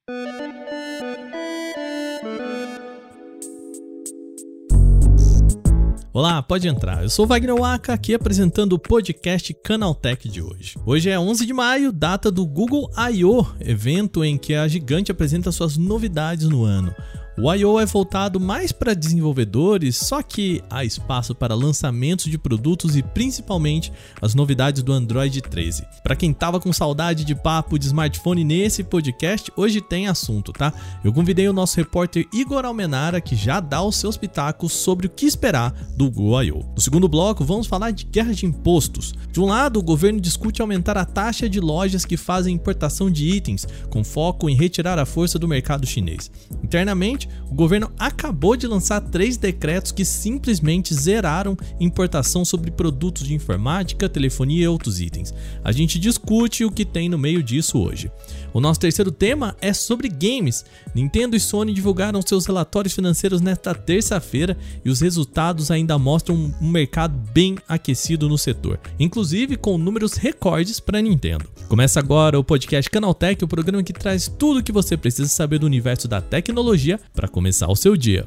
Olá, pode entrar. Eu sou Wagner Waka, aqui apresentando o podcast Canaltech de hoje. Hoje é 11 de maio, data do Google I/O, evento em que a gigante apresenta suas novidades no ano. O I/O é voltado mais para desenvolvedores, só que há espaço para lançamentos de produtos e principalmente as novidades do Android 13. Para quem tava com saudade de papo de smartphone nesse podcast, hoje tem assunto, tá? Eu convidei o nosso repórter Igor Almenara, que já dá os seus pitacos sobre o que esperar do Google I/O. No segundo bloco, vamos falar de guerra de impostos. De um lado, o governo discute aumentar a taxa de lojas que fazem importação de itens, com foco em retirar a força do mercado chinês. Internamente, o governo acabou de lançar 3 decretos que simplesmente zeraram importação sobre produtos de informática, telefonia e outros itens. A gente discute o que tem no meio disso hoje. O nosso terceiro tema é sobre games. Nintendo e Sony divulgaram seus relatórios financeiros nesta terça-feira e os resultados ainda mostram um mercado bem aquecido no setor, inclusive com números recordes para a Nintendo. Começa agora o podcast Canaltech, o programa que traz tudo o que você precisa saber do universo da tecnologia para começar o seu dia.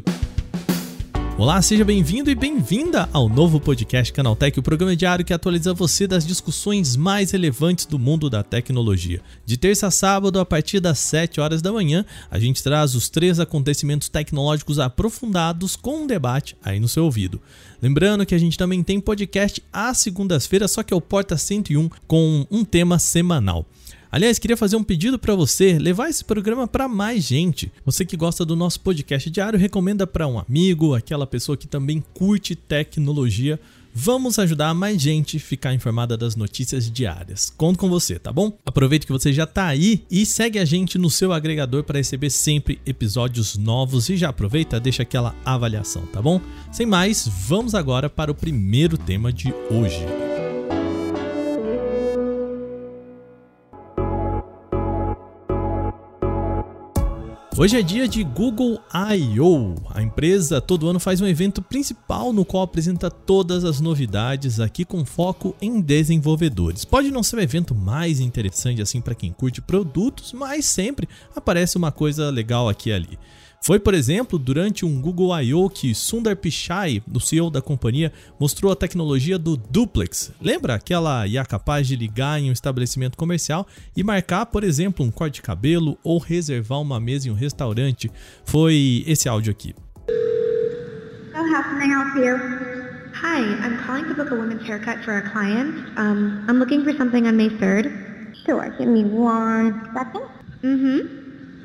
Olá, seja bem-vindo e bem-vinda ao novo podcast Canaltech, o programa diário que atualiza você das discussões mais relevantes do mundo da tecnologia. De terça a sábado, a partir das 7 horas da manhã, a gente traz os 3 acontecimentos tecnológicos aprofundados com um debate aí no seu ouvido. Lembrando que a gente também tem podcast às segundas-feiras, só que é o Porta 101 com um tema semanal. Aliás, queria fazer um pedido para você levar esse programa para mais gente. Você que gosta do nosso podcast diário, recomenda para um amigo, aquela pessoa que também curte tecnologia. Vamos ajudar mais gente a ficar informada das notícias diárias. Conto com você, tá bom? Aproveita que você já tá aí e segue a gente no seu agregador para receber sempre episódios novos e já aproveita, deixa aquela avaliação, tá bom? Sem mais, vamos agora para o primeiro tema de hoje. Hoje é dia de Google I/O. A empresa todo ano faz um evento principal no qual apresenta todas as novidades aqui com foco em desenvolvedores. Pode não ser o evento mais interessante assim para quem curte produtos, mas sempre aparece uma coisa legal aqui e ali. Foi, por exemplo, durante um Google I/O que Sundar Pichai, o CEO da companhia, mostrou a tecnologia do Duplex. Lembra aquela IA capaz de ligar em um estabelecimento comercial e marcar, por exemplo, um corte de cabelo ou reservar uma mesa em um restaurante? Foi esse áudio aqui. So how can I help you? Hi, I'm calling to book a women's haircut for a client. I'm looking for something on May 3rd. Sure, give me 1 second.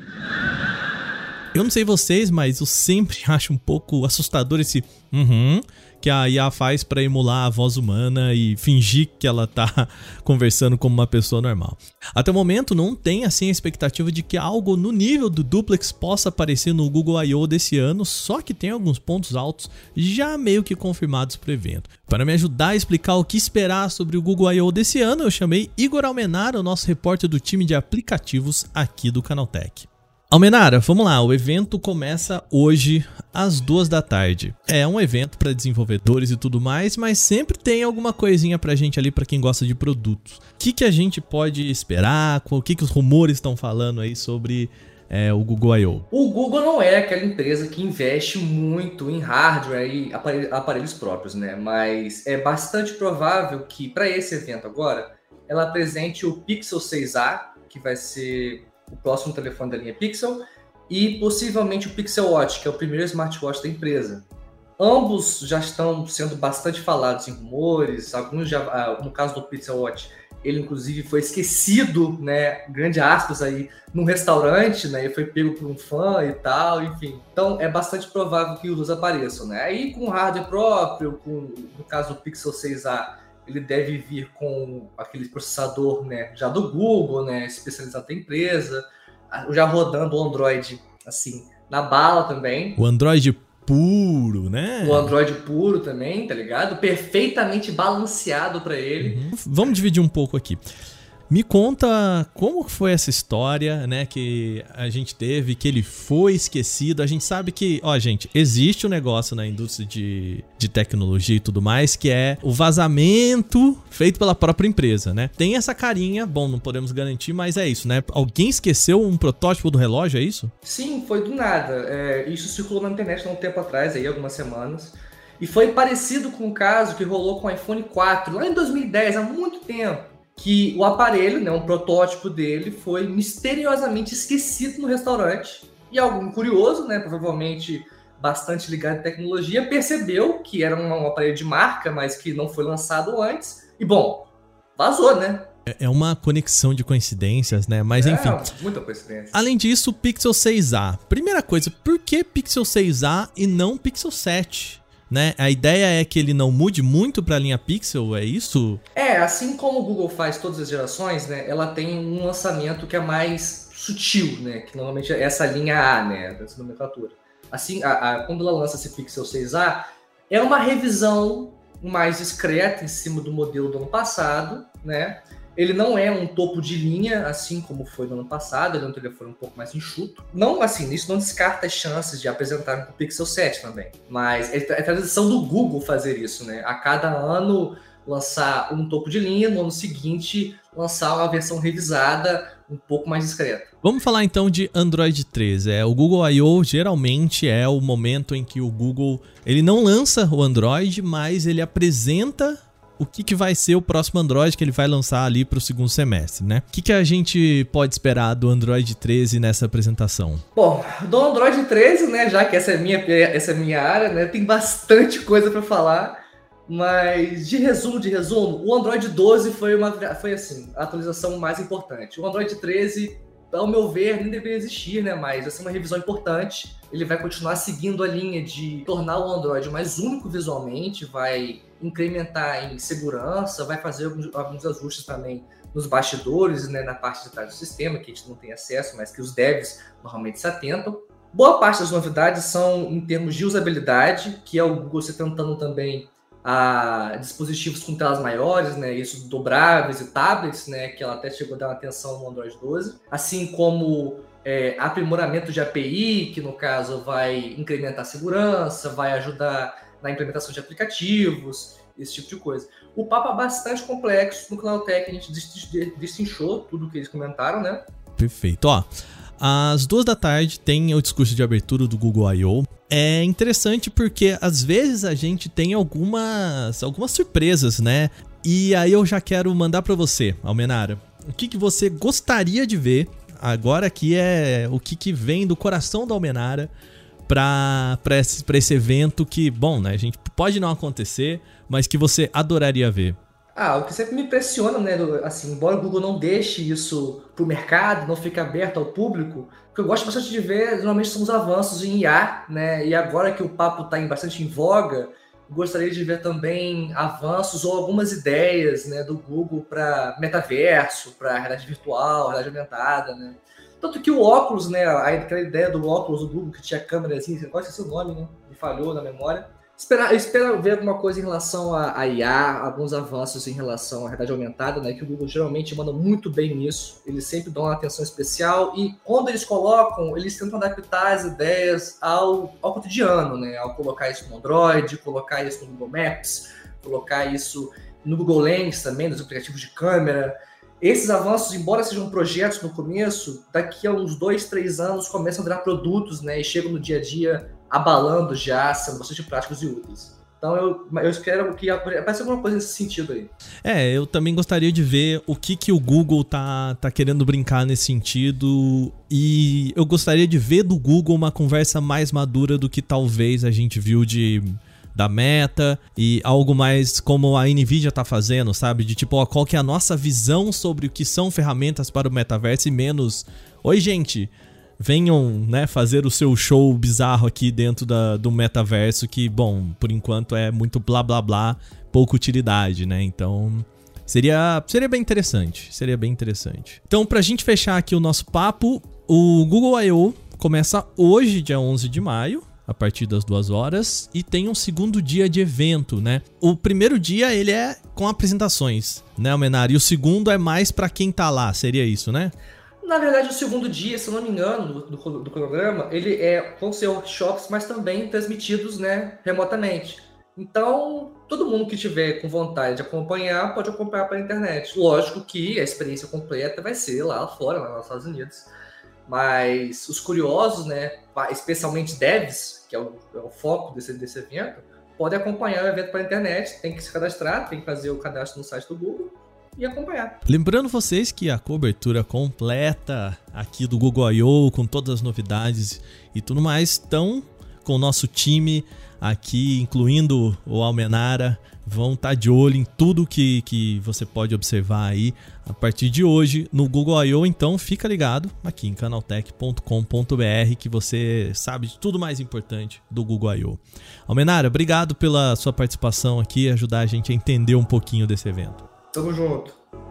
Eu não sei vocês, mas eu sempre acho um pouco assustador esse que a IA faz para emular a voz humana e fingir que ela tá conversando como uma pessoa normal. Até o momento não tem assim a expectativa de que algo no nível do Duplex possa aparecer no Google I/O desse ano, só que tem alguns pontos altos já meio que confirmados para o evento. Para me ajudar a explicar o que esperar sobre o Google I/O desse ano, eu chamei Igor Almenara, o nosso repórter do time de aplicativos aqui do Canaltech. Almenara, vamos lá, o evento começa hoje às 2 da tarde. É um evento para desenvolvedores e tudo mais, mas sempre tem alguma coisinha pra gente ali, pra quem gosta de produtos. O que a gente pode esperar? O que os rumores estão falando aí sobre o Google I/O? O Google não é aquela empresa que investe muito em hardware e aparelhos próprios, né? Mas é bastante provável que para esse evento agora, ela apresente o Pixel 6a, que vai ser o próximo telefone da linha Pixel, e possivelmente o Pixel Watch, que é o primeiro smartwatch da empresa. Ambos já estão sendo bastante falados em rumores, alguns já, no caso do Pixel Watch, ele inclusive foi esquecido, né, grande aspas aí, num restaurante, né, e foi pego por um fã e tal, enfim. Então é bastante provável que os dois apareçam, né. Aí com hardware próprio, no caso do Pixel 6a, ele deve vir com aquele processador, né, já do Google, né, especializado da empresa, já rodando o Android, assim, na bala também. O Android puro, né? O Android puro também, tá ligado? Perfeitamente balanceado para ele. Vamos dividir um pouco aqui. Me conta como foi essa história, né, que a gente teve, que ele foi esquecido. A gente sabe que, gente, existe um negócio na indústria de tecnologia e tudo mais, que é o vazamento feito pela própria empresa, né? Tem essa carinha, bom, não podemos garantir, mas é isso, né? Alguém esqueceu um protótipo do relógio, é isso? Sim, foi do nada. Isso circulou na internet há um tempo atrás, aí, algumas semanas. E foi parecido com o caso que rolou com o iPhone 4, lá em 2010, há muito tempo. Que o aparelho, né, um protótipo dele, foi misteriosamente esquecido no restaurante. E algum curioso, né, provavelmente bastante ligado à tecnologia, percebeu que era um aparelho de marca, mas que não foi lançado antes. E, bom, vazou, né? É uma conexão de coincidências, né? Mas enfim. Muita coincidência. Além disso, o Pixel 6a. Primeira coisa, por que Pixel 6a e não Pixel 7? Né? A ideia é que ele não mude muito para a linha Pixel, é isso? Assim como o Google faz todas as gerações, né, ela tem um lançamento que é mais sutil, né, que normalmente é essa linha A, né, dessa nomenclatura. Assim, quando ela lança esse Pixel 6a, é uma revisão mais discreta em cima do modelo do ano passado, né? Ele não é um topo de linha, assim como foi no ano passado, ele é um telefone um pouco mais enxuto. Não, assim, isso não descarta as chances de apresentar com o Pixel 7 também. Mas é a tradição do Google fazer isso, né? A cada ano lançar um topo de linha, no ano seguinte lançar uma versão revisada, um pouco mais discreta. Vamos falar então de Android 13. O Google I.O. geralmente é o momento em que o Google ele não lança o Android, mas ele apresenta o que vai ser o próximo Android que ele vai lançar ali para o segundo semestre, né? O que a gente pode esperar do Android 13 nessa apresentação? Bom, do Android 13, né, já que essa é minha área, né, tem bastante coisa para falar, mas de resumo, o Android 12 foi assim, a atualização mais importante. O Android 13, ao meu ver, nem deveria existir, né, mas vai ser uma revisão importante. Ele vai continuar seguindo a linha de tornar o Android mais único visualmente, vai incrementar em segurança, vai fazer alguns ajustes também nos bastidores, né, na parte de trás do sistema, que a gente não tem acesso, mas que os devs normalmente se atentam. Boa parte das novidades são em termos de usabilidade, que é o Google se tentando também a dispositivos com telas maiores, né, isso dobráveis e tablets, né, que ela até chegou a dar uma atenção no Android 12, assim como aprimoramento de API, que no caso vai incrementar a segurança, vai ajudar na implementação de aplicativos, esse tipo de coisa. O papo é bastante complexo, no Canaltech a gente destrinchou tudo que eles comentaram, né? Perfeito. Às 14h tem o discurso de abertura do Google I.O. É interessante porque às vezes a gente tem algumas surpresas, né? E aí eu já quero mandar para você, Almenara, o que você gostaria de ver agora, que é o que vem do coração da Almenara para esse evento que, bom, né, a gente pode não acontecer, mas que você adoraria ver. O que sempre me impressiona, né, assim, embora o Google não deixe isso pro mercado, não fique aberto ao público, o que eu gosto bastante de ver, normalmente, são os avanços em IA, né, e agora que o papo está bastante em voga, eu gostaria de ver também avanços ou algumas ideias, né, do Google para metaverso, para realidade virtual, realidade aumentada, né. Tanto que o óculos, né, aquela ideia do óculos do Google que tinha câmera assim, você pode esquecer o nome, né, me falhou na memória. Eu espero ver alguma coisa em relação a IA, alguns avanços em relação à realidade aumentada, né, que o Google geralmente manda muito bem nisso. Eles sempre dão uma atenção especial e quando eles colocam, eles tentam adaptar as ideias ao cotidiano, né, ao colocar isso no Android, colocar isso no Google Maps, colocar isso no Google Lens também, nos aplicativos de câmera. Esses avanços, embora sejam projetos no começo, daqui a uns 2, 3 anos começam a virar produtos, né, e chegam no dia a dia abalando já, sendo bastante práticos e úteis. Então eu espero que apareça alguma coisa nesse sentido aí. Eu também gostaria de ver o que o Google tá querendo brincar nesse sentido, e eu gostaria de ver do Google uma conversa mais madura do que talvez a gente viu da Meta e algo mais como a Nvidia tá fazendo, sabe? De tipo, qual que é a nossa visão sobre o que são ferramentas para o metaverso e menos, oi gente, venham, né, fazer o seu show bizarro aqui dentro do metaverso que, bom, por enquanto é muito blá blá blá, pouca utilidade, né? Então seria bem interessante, Então, pra gente fechar aqui o nosso papo, o Google I.O. começa hoje, dia 11 de maio, a partir das 2 horas, e tem um segundo dia de evento, né? O primeiro dia ele é com apresentações, né, Almenara? E o segundo é mais para quem tá lá, seria isso, né? Na verdade, o segundo dia, se eu não me engano, do programa, vão ser workshops, mas também transmitidos, né, remotamente. Então, todo mundo que tiver com vontade de acompanhar, pode acompanhar pela internet. Lógico que a experiência completa vai ser lá fora, lá nos Estados Unidos. Mas os curiosos, né, especialmente devs, que é o foco desse evento, podem acompanhar o evento pela internet. Tem que se cadastrar, tem que fazer o cadastro no site do Google e acompanhar. Lembrando vocês que a cobertura completa aqui do Google I.O., com todas as novidades e tudo mais, estão com o nosso time aqui, incluindo o Almenara, vão estar de olho em tudo que você pode observar aí a partir de hoje no Google I.O. Então fica ligado aqui em canaltech.com.br que você sabe de tudo mais importante do Google I.O. Almenara, obrigado pela sua participação aqui e ajudar a gente a entender um pouquinho desse evento. Tamo junto.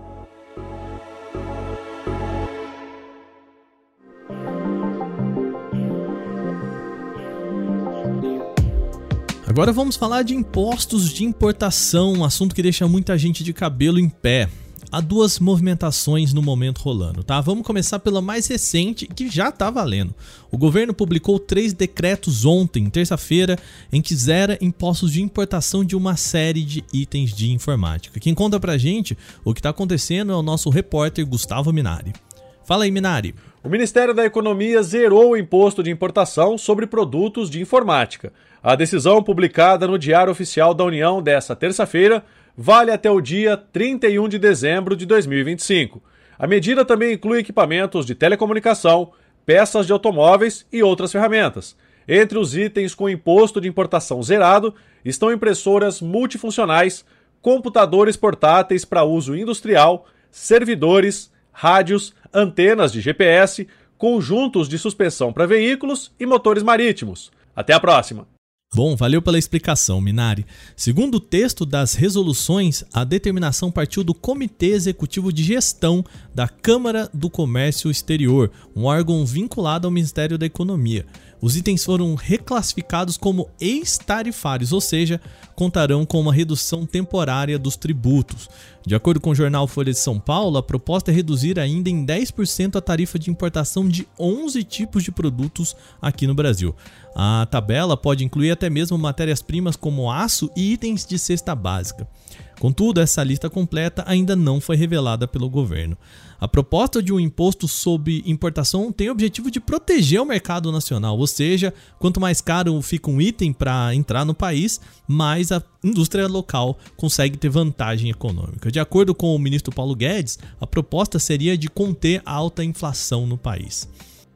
Agora vamos falar de impostos de importação, um assunto que deixa muita gente de cabelo em pé. Há 2 movimentações no momento rolando, tá? Vamos começar pela mais recente, que já tá valendo. O governo publicou 3 decretos ontem, terça-feira, em que zera impostos de importação de uma série de itens de informática. Quem conta pra gente o que tá acontecendo é o nosso repórter Gustavo Minari. Fala aí, Minari. O Ministério da Economia zerou o imposto de importação sobre produtos de informática. A decisão, publicada no Diário Oficial da União desta terça-feira, vale até o dia 31 de dezembro de 2025. A medida também inclui equipamentos de telecomunicação, peças de automóveis e outras ferramentas. Entre os itens com imposto de importação zerado estão impressoras multifuncionais, computadores portáteis para uso industrial, servidores, rádios, antenas de GPS, conjuntos de suspensão para veículos e motores marítimos. Até a próxima! Bom, valeu pela explicação, Minari. Segundo o texto das resoluções, a determinação partiu do Comitê Executivo de Gestão da Câmara do Comércio Exterior, um órgão vinculado ao Ministério da Economia. Os itens foram reclassificados como ex-tarifários, ou seja, contarão com uma redução temporária dos tributos. De acordo com o jornal Folha de São Paulo, a proposta é reduzir ainda em 10% a tarifa de importação de 11 tipos de produtos aqui no Brasil. A tabela pode incluir até mesmo matérias-primas como aço e itens de cesta básica. Contudo, essa lista completa ainda não foi revelada pelo governo. A proposta de um imposto sobre importação tem o objetivo de proteger o mercado nacional, ou seja, quanto mais caro fica um item para entrar no país, mais a indústria local consegue ter vantagem econômica. De acordo com o ministro Paulo Guedes, a proposta seria de conter a alta inflação no país.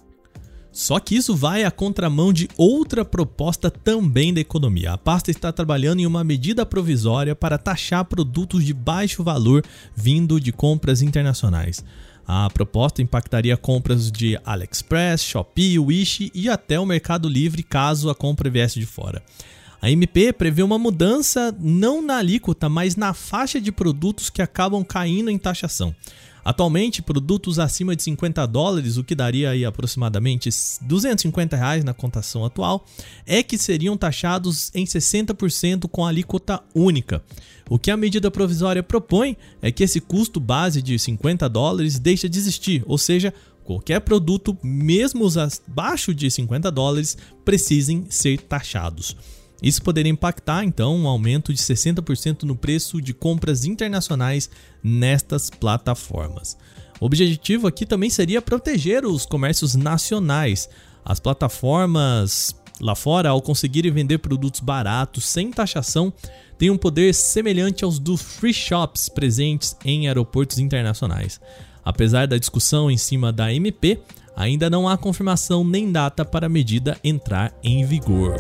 Só que isso vai à contramão de outra proposta também da economia. A pasta está trabalhando em uma medida provisória para taxar produtos de baixo valor vindo de compras internacionais. A proposta impactaria compras de AliExpress, Shopee, Wish e até o Mercado Livre caso a compra viesse de fora. A MP prevê uma mudança não na alíquota, mas na faixa de produtos que acabam caindo em taxação. Atualmente, produtos acima de $50, o que daria aí aproximadamente R$250 na cotação atual, é que seriam taxados em 60% com alíquota única. O que a medida provisória propõe é que esse custo base de $50 deixe de existir, ou seja, qualquer produto, mesmo os abaixo de $50, precisem ser taxados. Isso poderia impactar, então, um aumento de 60% no preço de compras internacionais nestas plataformas. O objetivo aqui também seria proteger os comércios nacionais. As plataformas lá fora, ao conseguirem vender produtos baratos, sem taxação, têm um poder semelhante aos dos free shops presentes em aeroportos internacionais. Apesar da discussão em cima da MP, ainda não há confirmação nem data para a medida entrar em vigor.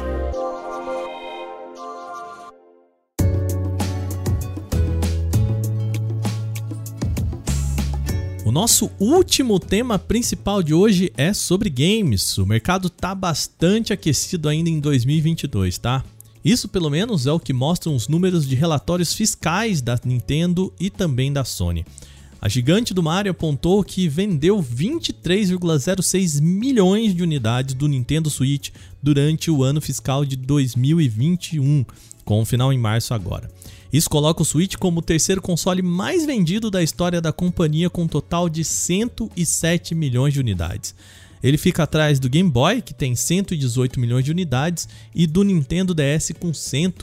O nosso último tema principal de hoje é sobre games. O mercado tá bastante aquecido ainda em 2022, tá? Isso pelo menos é o que mostram os números de relatórios fiscais da Nintendo e também da Sony. A gigante do Mario apontou que vendeu 23,06 milhões de unidades do Nintendo Switch durante o ano fiscal de 2021, com o final em março agora. Isso coloca o Switch como o terceiro console mais vendido da história da companhia, com um total de 107 milhões de unidades. Ele fica atrás do Game Boy, que tem 118 milhões de unidades, e do Nintendo DS, com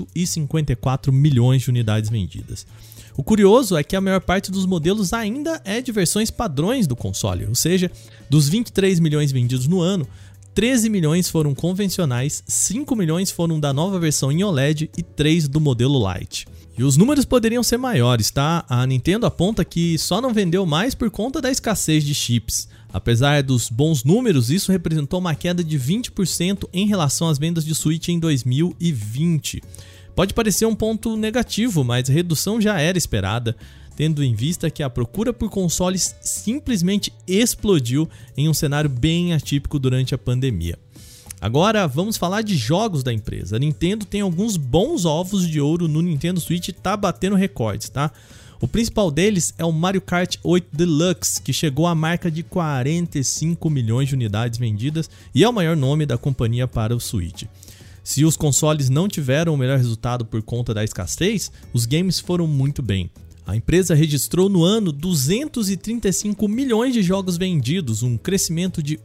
154 milhões de unidades vendidas. O curioso é que a maior parte dos modelos ainda é de versões padrões do console, ou seja, dos 23 milhões vendidos no ano, 13 milhões foram convencionais, 5 milhões foram da nova versão em OLED e 3 do modelo Lite. E os números poderiam ser maiores, tá? A Nintendo aponta que só não vendeu mais por conta da escassez de chips. Apesar dos bons números, isso representou uma queda de 20% em relação às vendas de Switch em 2020. Pode parecer um ponto negativo, mas a redução já era esperada, tendo em vista que a procura por consoles simplesmente explodiu em um cenário bem atípico durante a pandemia. Agora vamos falar de jogos da empresa. A Nintendo tem alguns bons ovos de ouro no Nintendo Switch e tá batendo recordes, tá? O principal deles é o Mario Kart 8 Deluxe, que chegou à marca de 45 milhões de unidades vendidas e é o maior nome da companhia para o Switch. Se os consoles não tiveram o melhor resultado por conta da escassez, os games foram muito bem. A empresa registrou no ano 235 milhões de jogos vendidos, um crescimento de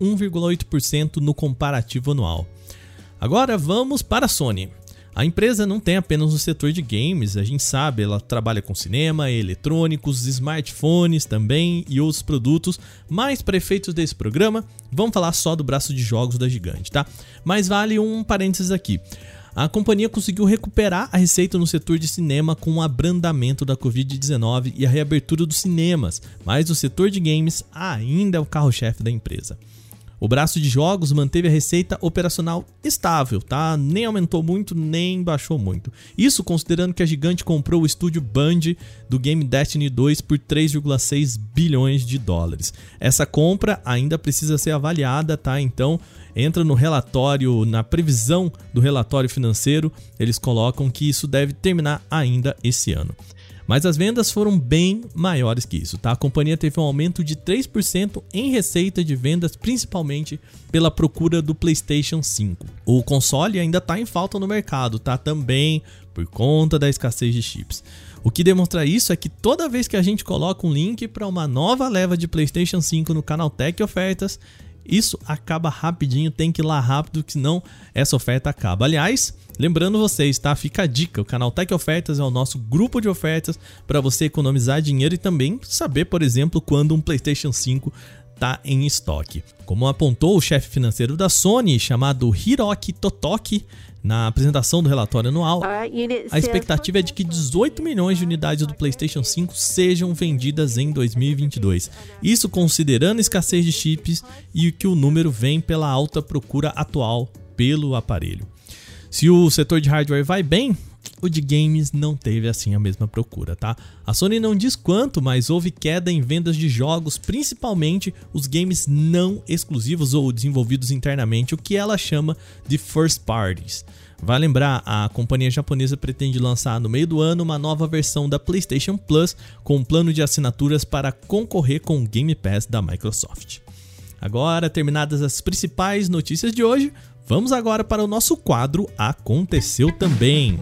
1,8% no comparativo anual. Agora vamos para a Sony. A empresa não tem apenas o setor de games, a gente sabe, ela trabalha com cinema, eletrônicos, smartphones também e outros produtos, mas para efeitos desse programa, vamos falar só do braço de jogos da gigante, tá? Mas vale um parênteses aqui. A companhia conseguiu recuperar a receita no setor de cinema com o abrandamento da Covid-19 e a reabertura dos cinemas, mas o setor de games ainda é o carro-chefe da empresa. O braço de jogos manteve a receita operacional estável, tá? Nem aumentou muito, nem baixou muito. Isso considerando que a gigante comprou o estúdio Band do game Destiny 2 por 3,6 bilhões de dólares. Essa compra ainda precisa ser avaliada, tá? Então, entra no relatório, na previsão do relatório financeiro, eles colocam que isso deve terminar ainda esse ano. Mas as vendas foram bem maiores que isso, tá? A companhia teve um aumento de 3% em receita de vendas, principalmente pela procura do PlayStation 5. O console ainda está em falta no mercado, tá? Também por conta da escassez de chips. O que demonstra isso é que toda vez que a gente coloca um link para uma nova leva de PlayStation 5 no Canaltech Ofertas, isso acaba rapidinho, tem que ir lá rápido, senão essa oferta acaba. Aliás, lembrando vocês, tá? Fica a dica, o Canaltech Ofertas é o nosso grupo de ofertas para você economizar dinheiro e também saber, por exemplo, quando um PlayStation 5 está em estoque. Como apontou o chefe financeiro da Sony, chamado Hiroki Totoki, na apresentação do relatório anual, a expectativa é de que 18 milhões de unidades do PlayStation 5 sejam vendidas em 2022. Isso considerando a escassez de chips e que o número vem pela alta procura atual pelo aparelho. Se o setor de hardware vai bem, o de games não teve assim a mesma procura, tá? A Sony não diz quanto, mas houve queda em vendas de jogos, principalmente os games não exclusivos ou desenvolvidos internamente, o que ela chama de first parties. Vai lembrar, a companhia japonesa pretende lançar no meio do ano uma nova versão da PlayStation Plus com um plano de assinaturas para concorrer com o Game Pass da Microsoft. Agora, terminadas as principais notícias de hoje, vamos agora para o nosso quadro Aconteceu Também.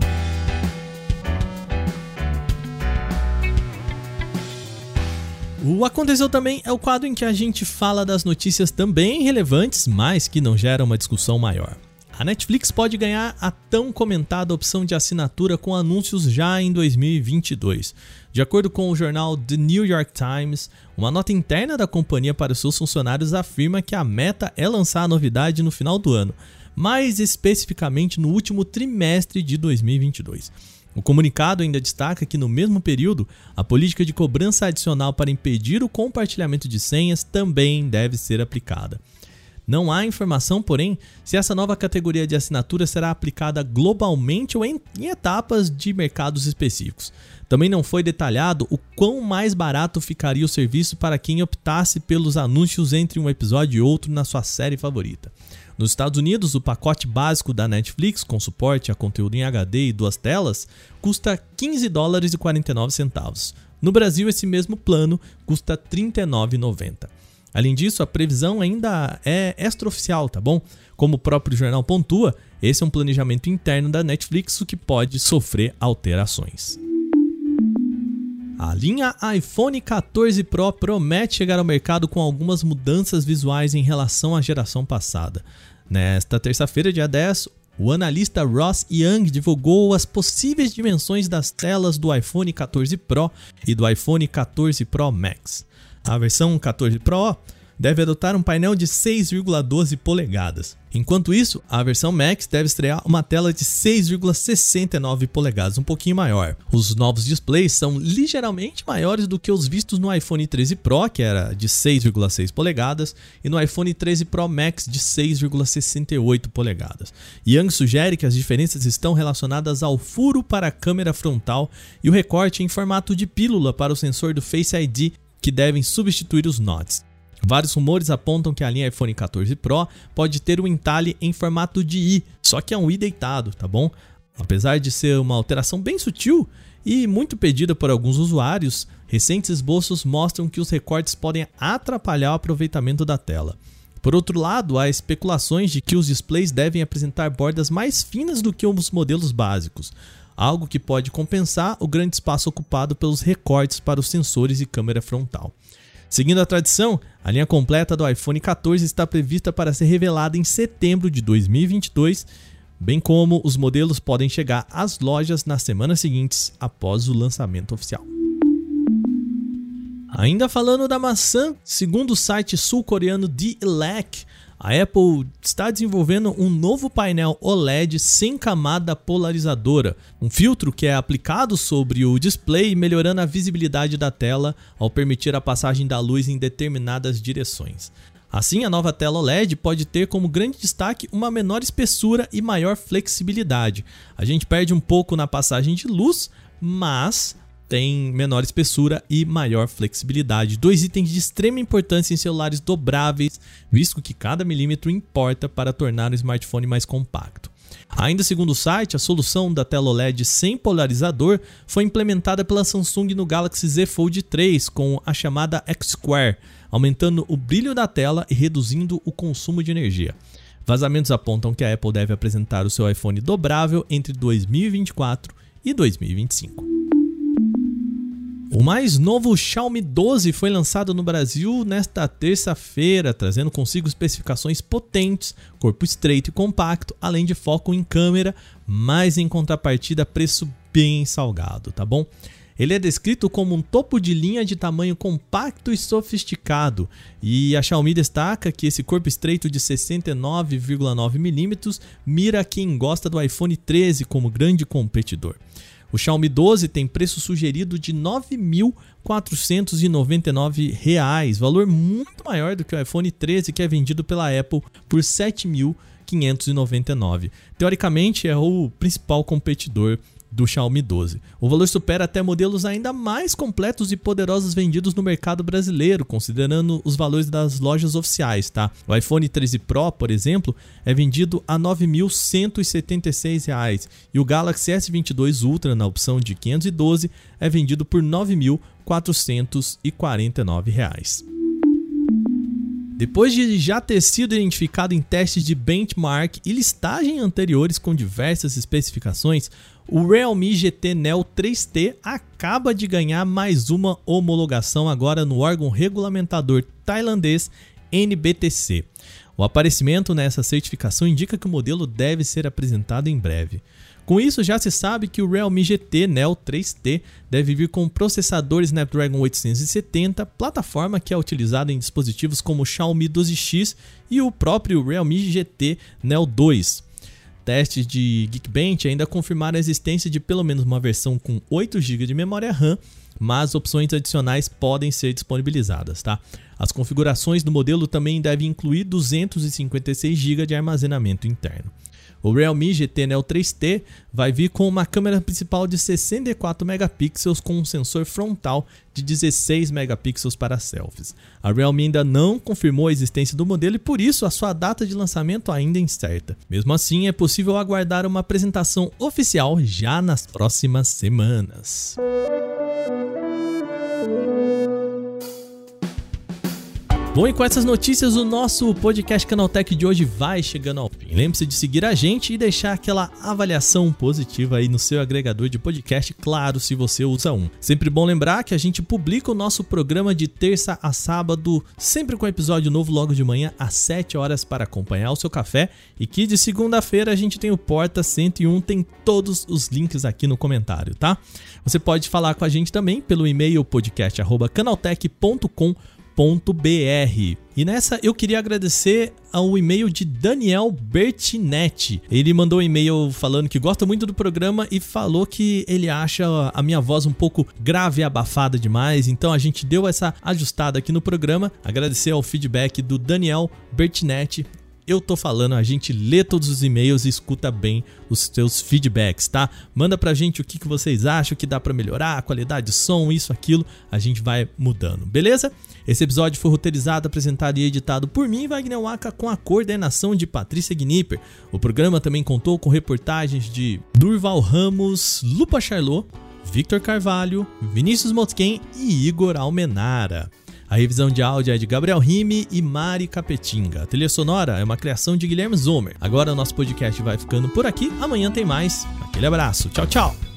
O Aconteceu Também é o quadro em que a gente fala das notícias também relevantes, mas que não geram uma discussão maior. A Netflix pode ganhar a tão comentada opção de assinatura com anúncios já em 2022. De acordo com o jornal The New York Times, uma nota interna da companhia para seus funcionários afirma que a meta é lançar a novidade no final do ano, mais especificamente no último trimestre de 2022. O comunicado ainda destaca que no mesmo período, a política de cobrança adicional para impedir o compartilhamento de senhas também deve ser aplicada. Não há informação, porém, se essa nova categoria de assinatura será aplicada globalmente ou em etapas de mercados específicos. Também não foi detalhado o quão mais barato ficaria o serviço para quem optasse pelos anúncios entre um episódio e outro na sua série favorita. Nos Estados Unidos, o pacote básico da Netflix, com suporte a conteúdo em HD e 2 telas, custa $15,49. No Brasil, esse mesmo plano custa R$ 39,90. Além disso, a previsão ainda é extraoficial, tá bom? Como o próprio jornal pontua, esse é um planejamento interno da Netflix, o que pode sofrer alterações. A linha iPhone 14 Pro promete chegar ao mercado com algumas mudanças visuais em relação à geração passada. Nesta terça-feira, dia 10, o analista Ross Young divulgou as possíveis dimensões das telas do iPhone 14 Pro e do iPhone 14 Pro Max. A versão 14 Pro deve adotar um painel de 6,12 polegadas. Enquanto isso, a versão Max deve estrear uma tela de 6,69 polegadas, um pouquinho maior. Os novos displays são ligeiramente maiores do que os vistos no iPhone 13 Pro, que era de 6,6 polegadas, e no iPhone 13 Pro Max de 6,68 polegadas. Young sugere que as diferenças estão relacionadas ao furo para a câmera frontal e o recorte em formato de pílula para o sensor do Face ID, que devem substituir os nodes. Vários rumores apontam que a linha iPhone 14 Pro pode ter um entalhe em formato de I, só que é um I deitado, tá bom? Apesar de ser uma alteração bem sutil e muito pedida por alguns usuários, recentes esboços mostram que os recortes podem atrapalhar o aproveitamento da tela. Por outro lado, há especulações de que os displays devem apresentar bordas mais finas do que os modelos básicos, algo que pode compensar o grande espaço ocupado pelos recortes para os sensores e câmera frontal. Seguindo a tradição, a linha completa do iPhone 14 está prevista para ser revelada em setembro de 2022, bem como os modelos podem chegar às lojas nas semanas seguintes após o lançamento oficial. Ainda falando da maçã, segundo o site sul-coreano The Elec, a Apple está desenvolvendo um novo painel OLED sem camada polarizadora, um filtro que é aplicado sobre o display, melhorando a visibilidade da tela ao permitir a passagem da luz em determinadas direções. Assim, a nova tela OLED pode ter como grande destaque uma menor espessura e maior flexibilidade. A gente perde um pouco na passagem de luz, mas tem menor espessura e maior flexibilidade. Dois itens de extrema importância em celulares dobráveis, visto que cada milímetro importa para tornar o smartphone mais compacto. Ainda segundo o site, a solução da tela OLED sem polarizador foi implementada pela Samsung no Galaxy Z Fold 3 com a chamada X-Square, aumentando o brilho da tela e reduzindo o consumo de energia. Vazamentos apontam que a Apple deve apresentar o seu iPhone dobrável entre 2024 e 2025. O mais novo Xiaomi 12 foi lançado no Brasil nesta terça-feira, trazendo consigo especificações potentes, corpo estreito e compacto, além de foco em câmera, mas em contrapartida preço bem salgado, tá bom? Ele é descrito como um topo de linha de tamanho compacto e sofisticado, e a Xiaomi destaca que esse corpo estreito de 69,9mm mira quem gosta do iPhone 13 como grande competidor. O Xiaomi 12 tem preço sugerido de R$ 9.499, valor muito maior do que o iPhone 13, que é vendido pela Apple por R$ 7.599. Teoricamente, é o principal competidor do Xiaomi 12. O valor supera até modelos ainda mais completos e poderosos vendidos no mercado brasileiro, considerando os valores das lojas oficiais, tá? O iPhone 13 Pro, por exemplo, é vendido a R$ 9.176 e o Galaxy S22 Ultra, na opção de 512, é vendido por R$ 9.449. Depois de já ter sido identificado em testes de benchmark e listagem anteriores com diversas especificações, o Realme GT Neo 3T acaba de ganhar mais uma homologação agora no órgão regulamentador tailandês NBTC. O aparecimento nessa certificação indica que o modelo deve ser apresentado em breve. Com isso, já se sabe que o Realme GT Neo 3T deve vir com processador Snapdragon 870, plataforma que é utilizada em dispositivos como o Xiaomi 12X e o próprio Realme GT Neo 2. Testes de Geekbench ainda confirmaram a existência de pelo menos uma versão com 8 GB de memória RAM, mas opções adicionais podem ser disponibilizadas, tá? As configurações do modelo também devem incluir 256 GB de armazenamento interno. O Realme GT Neo 3T vai vir com uma câmera principal de 64 megapixels com um sensor frontal de 16 megapixels para selfies. A Realme ainda não confirmou a existência do modelo e por isso a sua data de lançamento ainda é incerta. Mesmo assim, é possível aguardar uma apresentação oficial já nas próximas semanas. Bom, e com essas notícias, o nosso podcast Canaltech de hoje vai chegando ao fim. Lembre-se de seguir a gente e deixar aquela avaliação positiva aí no seu agregador de podcast, claro, se você usa um. Sempre bom lembrar que a gente publica o nosso programa de terça a sábado, sempre com episódio novo logo de manhã, às 7 horas para acompanhar o seu café. E que de segunda-feira a gente tem o Porta 101, tem todos os links aqui no comentário, tá? Você pode falar com a gente também pelo e-mail podcast@canaltech.com.br. E nessa eu queria agradecer ao e-mail de Daniel Bertinetti. Ele mandou um e-mail falando que gosta muito do programa e falou que ele acha a minha voz um pouco grave e abafada demais, então a gente deu essa ajustada aqui no programa. Agradecer ao feedback do Daniel Bertinetti. Eu tô falando, a gente lê todos os e-mails e escuta bem os seus feedbacks, tá? Manda pra gente o que vocês acham que dá pra melhorar, a qualidade de som, isso, aquilo, a gente vai mudando, beleza? Esse episódio foi roteirizado, apresentado e editado por mim, Wagner Waka, com a coordenação de Patrícia Gnipper. O programa também contou com reportagens de Durval Ramos, Lupa Charlot, Victor Carvalho, Vinícius Mosquen e Igor Almenara. A revisão de áudio é de Gabriel Rime e Mari Capetinga. A trilha sonora é uma criação de Guilherme Zomer. Agora o nosso podcast vai ficando por aqui. Amanhã tem mais. Aquele abraço. Tchau, tchau.